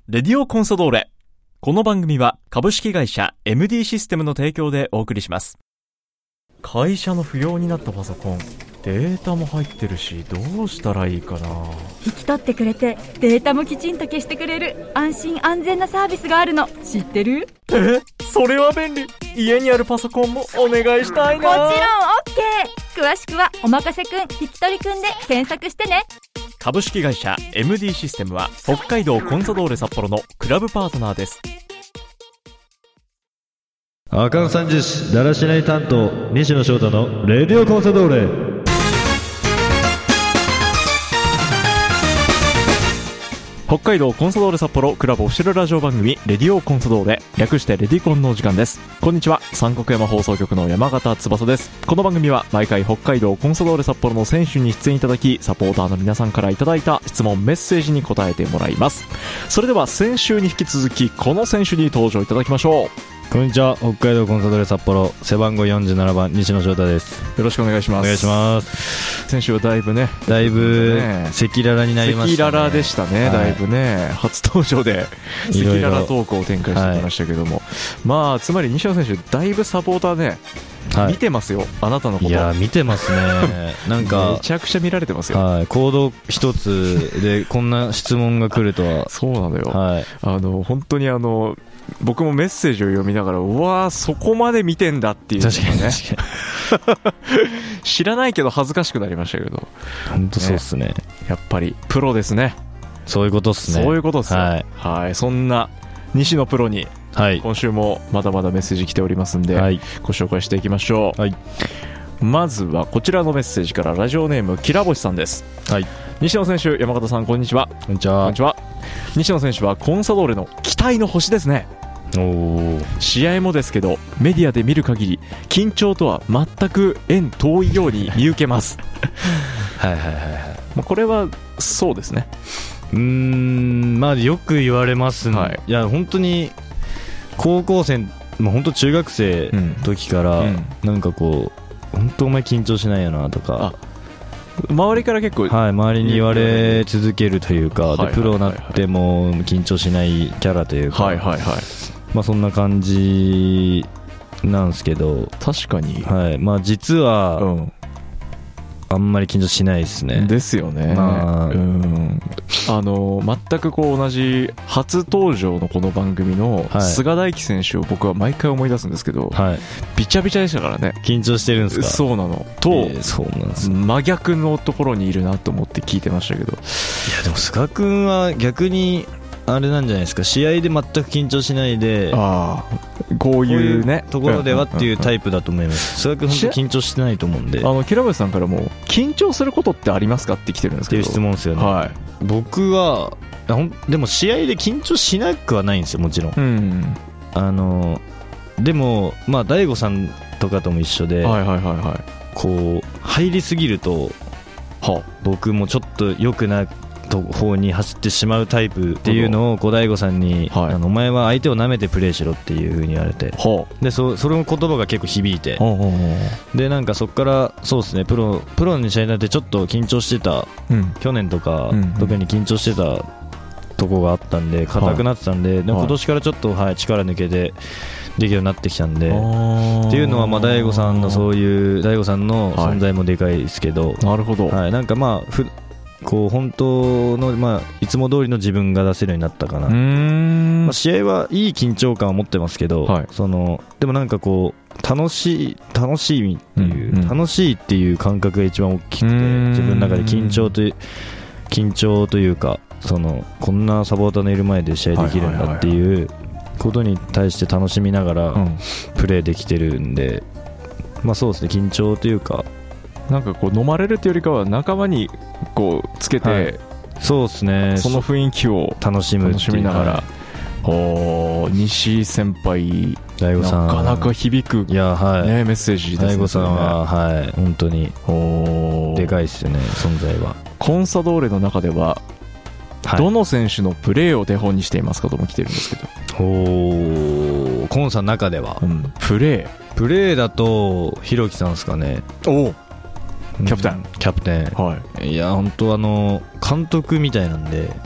レディオコンソドーレ。この番組は株式会社 MD システムの提供でお送りします。会社の不要になったパソコン、データも入ってるし、どうしたらいいかな。 引き取ってくれてデータもきちんと消してくれる安心安全なサービスがあるの知ってる？ それは便利。家にあるパソコンもお願いしたいな。 もちろん OK。 詳しくはおまかせくん引き取りくんで検索してね。 株式会社 MD システムは北海道コンサドーレ札幌のクラブパートナーです。 赤野三十市だらしない担当西野翔太のレディオコンサドーレ。 北海道コンサドーレ札幌クラブオフィシャルラジオ番組レディオコンサドーレ、略してレディコンのお時間です。こんにちは、三国山放送局の山形翼です。この番組は毎回北海道コンサドーレ札幌の選手に出演いただき、サポーターの皆さんからいただいた質問メッセージに答えてもらいます。それでは先週に引き続きこの選手に登場いただきましょう。 こんにちは、北海道コンサドーレ札幌背番号47番西野翔太です。 よろしくお願いします。 お願いします。 先週はだいぶ赤裸 々になりましたね。 赤裸々でしたね、だいぶね。初登場で赤裸々トークを展開してきましたけども、まあつまり西野選手だいぶサポーターね、見てますよ、あなたのこと。 いや見てますね。なんかめちゃくちゃ見られてますよ。 はい、行動一つでこんな質問が来るとは。 そうなのよ。 はい、 本当に僕もメッセージを読みながら、うわーそこまで見てんだっていうのね。 確かに知らないけど恥ずかしくなりましたけど。 本当そうっすね。 やっぱりプロですね。 そういうことっすね。 そういうことっすよ。 はい、 はい、そんな西野プロに、はい、今週もまだまだメッセージ来ておりますんで、はい、ご紹介していきましょう。はい、まずはこちらのメッセージから、ラジオネームきらぼしさんです。はい、西野選手、山形さん、こんにちは。 こんにちは。 こんにちは。西野選手はコンサドーレの期待の星ですね。試合もですけど、メディアで見る限り緊張とは全く縁遠いように見受けますはいはいはいはい、 まあ、これはそうですね。 まあよく言われますね。はい、いや本当に高校生、まあ、本当中学生の時から、なんかこう本当お前緊張しないよなとか、 周りから結構、 はい、周りに言われ続けるというか、でプロになっても緊張しないキャラというか、はいはいはい、まあ、そんな感じなんですけど、 確かに、 はい、まあ、実は、あんまり緊張しないですね。 ですよね。まあ、全くこう同じ初登場のこの番組の菅大輝選手を僕は毎回思い出すんですけど、はい、びちゃびちゃでしたからね。 緊張してるんですか？ そうなのと、 そうなんです。 真逆のところにいるなと思って聞いてましたけど、いやでも菅君は逆にあれなんじゃないですか。試合で全く緊張しないで、こういうねところではっていうタイプだと思います。菅君本当緊張してないと思うんで。 平林さんからも緊張することってありますかって来てるんですけど、 っていう質問ですよね。はい、僕はでも試合で緊張しなくはないんですよ、もちろん。でもまあ大悟さんとかとも一緒で、こう入りすぎると、僕もちょっと良くない方に走ってしまうタイプっていうのを小大悟さんに、お前は相手を舐めてプレーしろっていう風に言われて、でその言葉が結構響いて、でなんかそこからそうですね、プロの試合になってちょっと緊張してた、去年とか、特に緊張してたとこがあったんで、硬くなってたんで、でも今年からちょっと、力抜けてできるようになってきたんで、っていうのはまあ大悟さんのそういう大悟さんの存在もでかいですけど、なるほど、なんかまあこう本当の、まあ、いつも通りの自分が出せるようになったかな。まあ、試合はいい緊張感を持ってますけど、でもなんかこう楽しいっていう感覚が一番大きくて、自分の中で緊張というか、こんなサポーターのいる前で試合できるんだっていうことに対して楽しみながらプレーできてるんで、まあそうですね、緊張というか、 なんかこう飲まれるというよりかは仲間にこうつけて、 そうですね、 その雰囲気を楽しみながら、西先輩大悟さん、 なかなか響く、メッセージですね。 大悟さんは、本当にでかいですよね、存在は。 コンサドーレの中では、どの選手のプレーを手本にしていますかとも来てるんですけど。 コンサの中では、 プレーだとひろきさんですかね。 キャプテン、 キャプテン、はい、いや本当監督みたいなんで、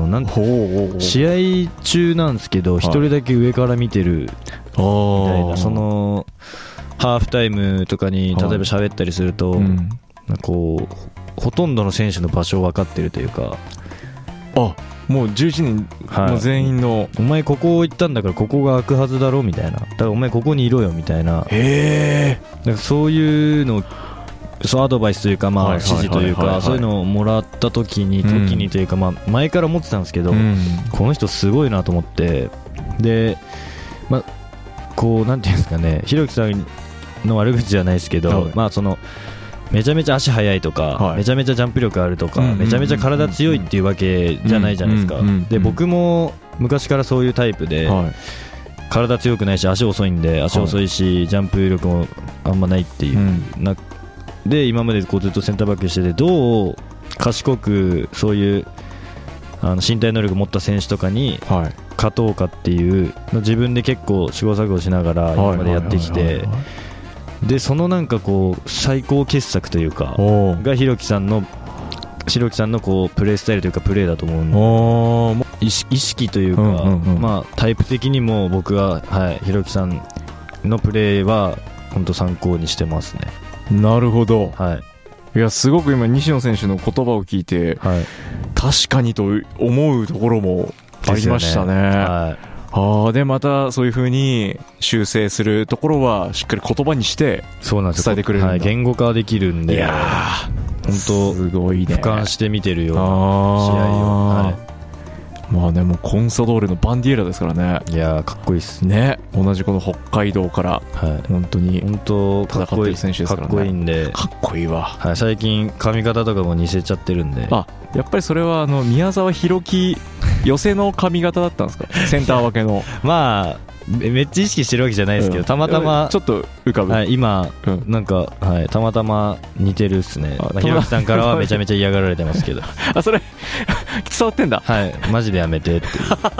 試合中なんですけど一人だけ上から見てるみたいな、ハーフタイムとかに例えば喋ったりすると、こうほとんどの選手の場所を分かってるというか、 もう11人の全員の、 お前ここ行ったんだからここが開くはずだろみたいな、だからお前ここにいろよみたいな、だからそういうのアドバイスというか、指示というか、そういうのをもらった時にというか、前から思ってたんですけど、この人すごいなと思って、で、こうなんていうんですかね、ひろきさんの悪口じゃないですけど、めちゃめちゃ足速いとか、めちゃめちゃジャンプ力あるとか、めちゃめちゃ体強いっていうわけじゃないじゃないですか。で、僕も昔からそういうタイプで、体強くないし足遅いんで、足遅いしジャンプ力もあんまないっていう、で今までこうずっとセンターバックしてて、どう賢くそういう身体能力を持った選手とかに勝とうかっていう自分で結構試行錯誤しながら今までやってきて、でそのなんかこう最高傑作というかがひろきさんのこうプレースタイルというかプレーだと思うんで、意識というか、タイプ的にも僕はひろきさんのプレーは本当参考にしてますね。 なるほど、いやすごく今西野選手の言葉を聞いて、確かにと思うところもありましたね。でまたそういう風に修正するところはしっかり言葉にして伝えてくれるんだ。 言語化できるんで、いや本当すごいね、俯瞰して見てるような試合を。でもコンサドーレのバンディエラですからね。いやかっこいいっすね。同じこの北海道から本当に戦ってる選手ですからね。かっこいいんで、かっこいいわ。最近髪型とかも似せちゃってるんで。やっぱりそれは宮沢弘樹寄せの髪型だったんですか？センター分けの。めっちゃ意識してるわけじゃないですけど、たまたまちょっと浮かぶ、今、なんか、たまたま似てるっすね。ひろきさんからはめちゃめちゃ嫌がられてますけどそれ伝わってんだ。マジでやめてっていう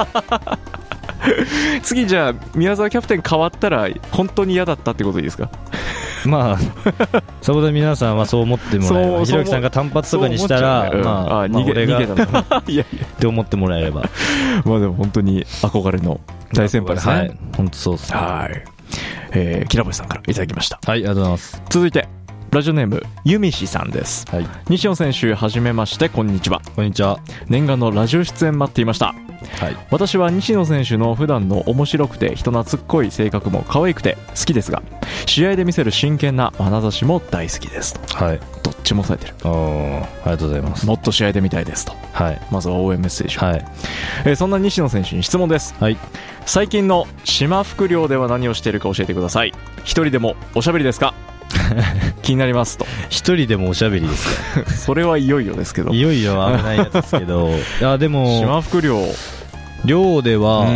次じゃあ宮沢キャプテン変わったら本当に嫌だったってことでいいですか？ そこで皆さんはそう思ってもらえれば、ひろきさんが単発とかにしたら、俺がって思ってもらえればでも本当に憧れの大先輩ですね。 本当そうですね。きらぼしさんからいただきました。 ありがとうございます。 続いてラジオネームゆみしさんです。西野選手はじめまして、こんにちは。 こんにちは。 念願のラジオ出演待っていました。私は西野選手の普段の面白くて人懐っこい性格も可愛くて好きですが、試合で見せる真剣な眼差しも大好きですと。どっちもされてる。 ありがとうございます。 もっと試合で見たいですと。まずは応援メッセージを。そんな西野選手に質問です。最近の島福寮では何をしているか教えてください。一人でもおしゃべりですか？気になりますと。 一人でもおしゃべりですか？ それはいよいよですけど。 いよいよ危ないやつですけどいやでも島福寮では、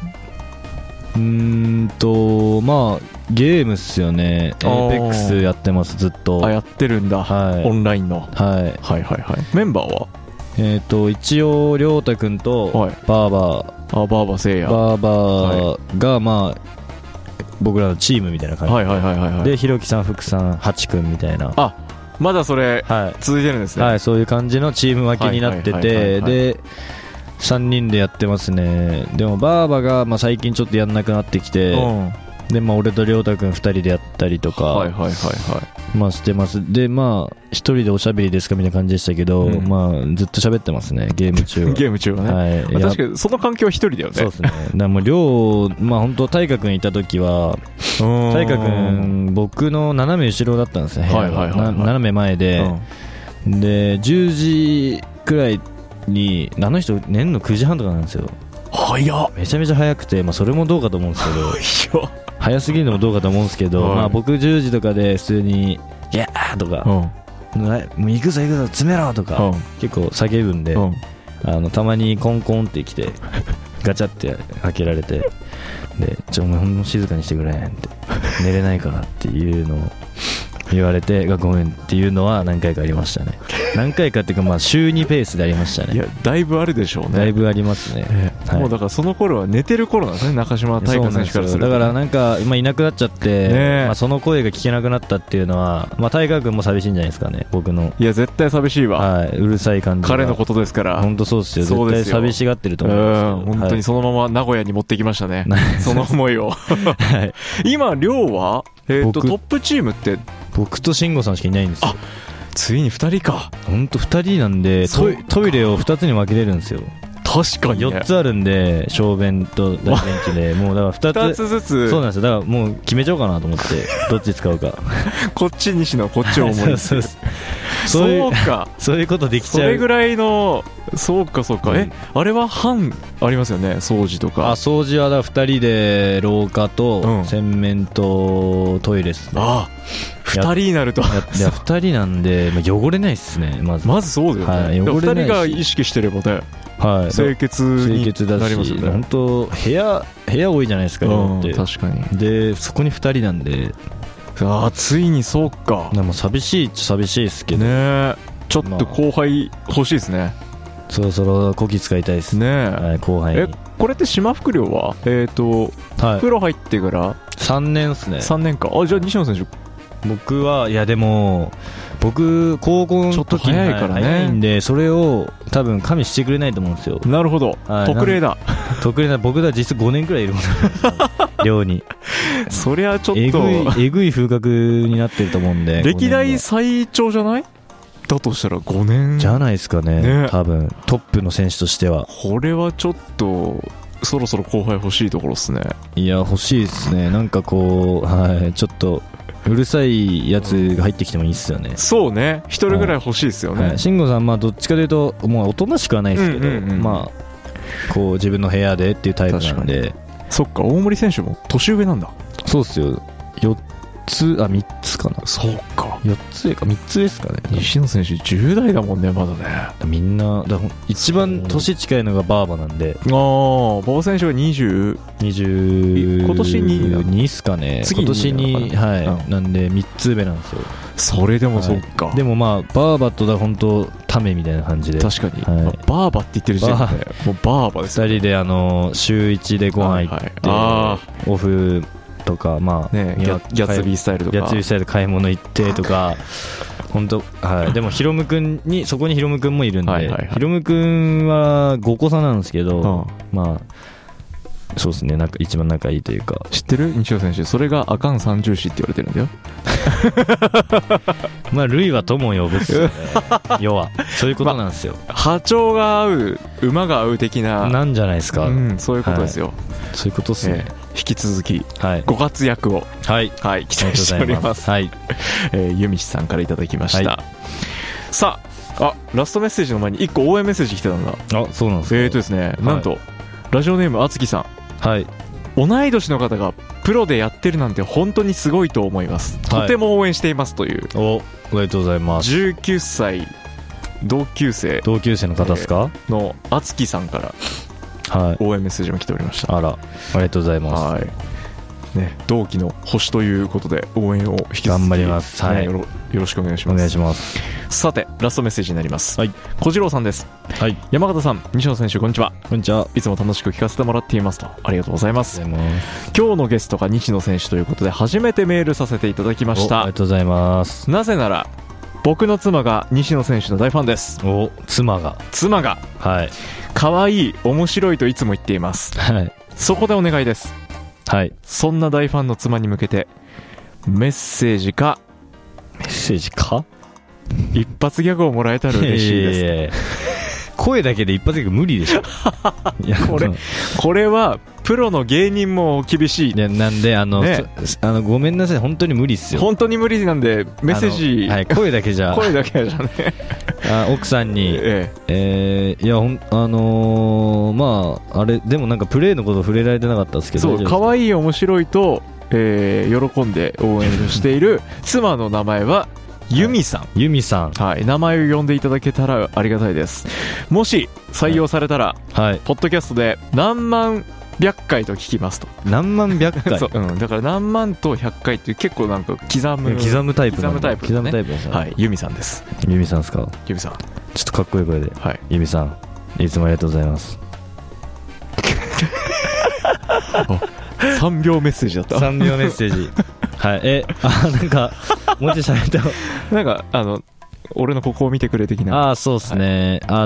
ゲームっすよね。エイペックスやってます、ずっと。 やってるんだ。オンラインの。メンバーは一応亮太くんとバーバーせいやが僕らのチームみたいな感じで、ひろきさん、福さん、ハチくんみたいな。 まだそれ続いてるんですね。 そういう感じのチーム分けになってて、で3人でやってますね。でもバーバが最近ちょっとやんなくなってきて、で俺と亮太くん2人でやったりとかしてます。で1人でおしゃべりですかみたいな感じでしたけど、ずっと喋ってますね、ゲーム中は。 ゲーム中はね。確かにその環境は一人だよね。 そうですね。だから亮、本当大河くんいた時は、大河くん僕の斜め後ろだったんですね。斜め前で、で10時くらいにの人寝るの9時半とかなんですよ。 早っ。 めちゃめちゃ早くて、それもどうかと思うんですけど早すぎるのもどうかと思うんですけど、僕10時とかで普通にギャーとか、もう行くぞ詰めろとか、結構叫ぶんで、たまにコンコンって来てガチャって開けられて、でお前ほんの静かにしてくれって寝れないからっていうのを言われてごめんっていうのは何回かありましたね。何回かっていうか、まあ週2ペースでありましたね。 いやだいぶあるでしょうね。 だいぶありますね、はい、 もうだからその頃は寝てる頃なんですね、中島大翔選手からすると。 だからなんか、まあ、いなくなっちゃって、 ね、 まあ、その声が聞けなくなったっていうのは、まあ、大川君も寂しいんじゃないですかね、僕の。 いや絶対寂しいわ、 はい、うるさい感じが。 彼のことですから。 本当そうですよ、絶対寂しがってると思いますよ。 本当にそのまま名古屋に持ってきましたね、はい、その思いを、はい、今亮は、トップチームって僕と慎吾さんしかいないんですよ。 あ、ついに2人か。 本当2人なんで、トイレを2つに分けれるんですよ。 確かに、ね、 4つあるんで、小便と大便器でもうだから2つずつ。そうなんですよ。だからもう決めちゃおうかなと思ってどっち使うかこっち西野、こっち大森そうか、そういうことできちゃう。 それぐらいの、そうかそうか、あれは班ありますよね、掃除とか。 掃除はだから2人で廊下と洗面とトイレですね。 ああ、2人になると。いや2人なんで、まあ、汚れないっすね、まずそうだよね、 はい、2人が意識してればね、はい、清潔になりますよね。 本当部屋多いじゃないですか、 確かに。 でそこに2人なんで、 ついにそうか。 でも寂しいっちゃ寂しいですけどね。ちょっと後輩欲しいですね、 そろそろこき使いたいですね、はい、後輩に。 これって島福寮ははい、プロ入ってから 3年っすね。 3年か。あ、じゃあ西野選手。 僕はいやでも僕高校の時にちょっと早いからね、 早いんで、それを多分加味してくれないと思うんですよ。 なるほど、はい、特例だ。 僕だ実質5年くらいいるもん寮に。 そりゃちょっとえぐい風格になってると思うんで。 歴代最長じゃない？だとしたら5年じゃないですか ね、多分トップの選手としては。 これはちょっとそろそろ後輩欲しいところですね。 いや欲しいですね。なんかこう、はい、ちょっとうるさいやつが入ってきてもいいっすよね。 そうね、一人ぐらい欲しいですよね。 はい、慎吾さん、まあどっちかというともうおとなしくはないですけど、まあこう自分の部屋でっていうタイプなんで。 そっか、大森選手も年上なんだ。 そうっすよ。3つかな。 そうか、 4つ上か3つですかね。 西野選手10代だもんね、まだね。 みんな一番年近いのがバーバなんで。 バーバ選手が20今年 2っすかね。今年に、はい、なんで3つ上なんですよ。 それでもそっか、 はい、でもまあバーバと本当タメみたいな感じで。 確かに、はい、バーバって言ってる時点でもうバーバですよね。 2人で週1でご飯行って、オフとか、まあね、ギャッツビースタイルとか、 ギャッツビースタイル買い物行ってとか本当、はい、でもヒロム君に、そこにヒロム君もいるんで、ヒロム君は5個差なんですけど、まあそうですね、なんか一番仲いいというか。 知ってる？西尾選手、それがアカン三重視って言われてるんだよ。 まあルイは友を呼ぶっすよね。要はそういうことなんですよ。 波長が合う、馬が合う的ななんじゃないですか。 そういうことですよ、 そういうことっすね。 引き続きご活躍を、はい期待しております。はい、ゆみしさんからいただきました。さあ、ラストメッセージの前に1個応援メッセージ来てたんだ。 あ、そうなんですか。 ですね、なんとラジオネームあつきさん、はい、同い年の方がプロでやってるなんて本当にすごいと思います、とても応援していますという。 おめでとうございます。 19歳同級生の方ですか、 のあつきさんから、応援メッセージも来ておりました。 あら、ありがとうございます。 はいね、同期の星ということで応援を引き続き頑張ります、はい、 よろしくお願いします。 お願いします。 さてラストメッセージになります。はい、小次郎さんです。はい、山形さん、西野選手、こんにちは。 こんにちは。 いつも楽しく聞かせてもらっていますと。ありがとうございます。今日のゲストが西野選手ということで初めてメールさせていただきました。 ありがとうございます。 なぜなら僕の妻が西野選手の大ファンです。 妻がはい、可愛い、面白いといつも言っています。はい、そこでお願いです。はい、そんな大ファンの妻に向けてメッセージか一発ギャグをもらえたら嬉しいです。 声だけで一発ギャグ無理でしょ。 いやこれはプロの芸人も厳しい。 なんでごめんなさい、本当に無理っすよ。 本当に無理なんでメッセージ、 はい、声だけじゃね奥さんに、いやまああれでもなんかプレーのこと触れられてなかったですけど、 そう、可愛い、面白いと、喜んで応援している妻の名前はユミさん、はい、名前を呼んでいただけたらありがたいです。もし採用されたら、ポッドキャストで何万 100回と聞きますと。 何万100回そう、だから何万と100回って結構なんか刻むタイプ刻むタイプですね。はい、ユミさんです。 ユミさんですか。 ユミさん、 ちょっとかっこいい声で、 はい、 ユミさんいつもありがとうございます 3秒メッセージだった。 3秒メッセージはい、なんかもうちょい喋ったなんか俺のここを見てくれ的な。 そうですね、はい、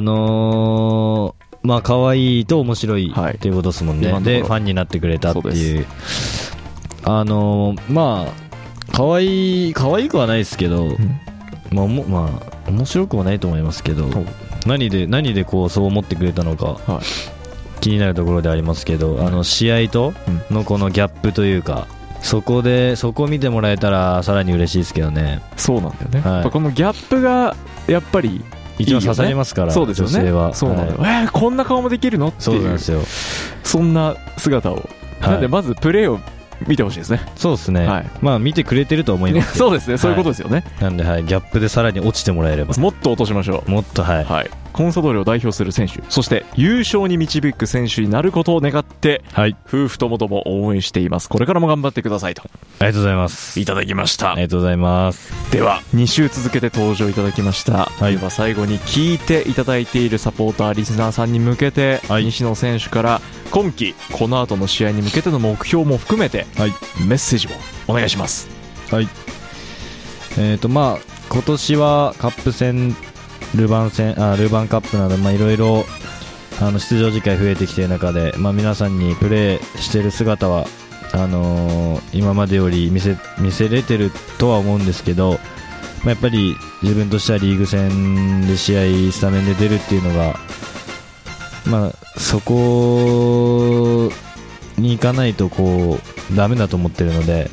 まあ可愛いと面白いっていうことですもんね、はい、でファンになってくれたっていう。まあ可愛くはないですけど、まあ面白くはないと思いますけど、何でこうそう思ってくれたのか、はい、気になるところでありますけど、試合とのこのギャップというか、そこを見てもらえたらさらに嬉しいですけどね。 そうなんだよね、はい、このギャップがやっぱり一番刺さりますから。 そうですよね、 女性は。 そうなの、はい、こんな顔もできるのっていう。 そうなんですよ。 そんな姿を、はい、なんでまずプレーを見てほしいですね。 そうですね、はい、まあ見てくれてると思います。 そうですね、そういうことですよね、 はい、なんで、はい、ギャップでさらに落ちてもらえれば、 もっと落としましょう。もっと、はい、はい、コンサドーレを代表する選手、そして優勝に導く選手になることを願って、はい、夫婦ともども応援しています。これからも頑張ってくださいと。 ありがとうございます。 いただきました。 ありがとうございます。 では2週続けて登場いただきました、はい、では最後に聞いていただいているサポーターリスナーさんに向けて、はい、西野選手から今季この後の試合に向けての目標も含めて、はい、メッセージをお願いします。 はい、まあ今年はカップ戦ルヴァンカップなどいろいろ出場機会増えてきている中で、皆さんにプレーしている姿は今までより見せれてるとは思うんですけど、やっぱり自分としてはリーグ戦で試合スタメンで出るっていうのが、そこに行かないとダメだと思ってるので、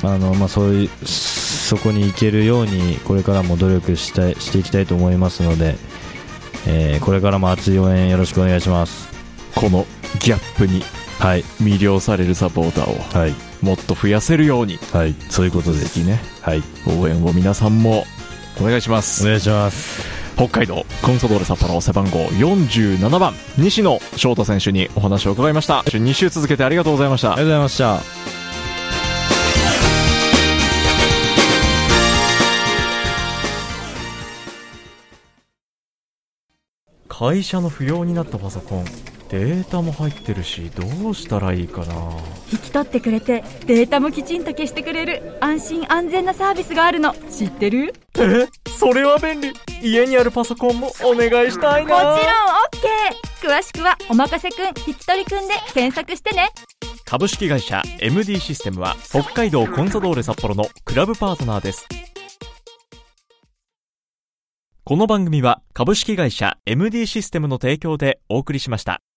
そこに行けるようにこれからも努力していきたいと思いますので、これからも熱い応援よろしくお願いします。 このギャップに魅了されるサポーターを、はい、もっと増やせるように、はい、そういうことです。ぜひね、はい、応援を皆さんもお願いします。 お願いします。 北海道コンサドーレ札幌背番号47番西野翔太選手にお話を伺いました。2週続けてありがとうございました。 ありがとうございました。 会社の不要になったパソコン、データも入ってるし、どうしたらいいかな。 引き取ってくれてデータもきちんと消してくれる安心安全なサービスがあるの知ってる？ それは便利。家にあるパソコンもお願いしたいな。 もちろん OK。 詳しくはおまかせくん引き取りくんで検索してね。 株式会社 MD システムは北海道コンサドーレ札幌のクラブパートナーです。この番組は株式会社 MD システムの提供でお送りしました。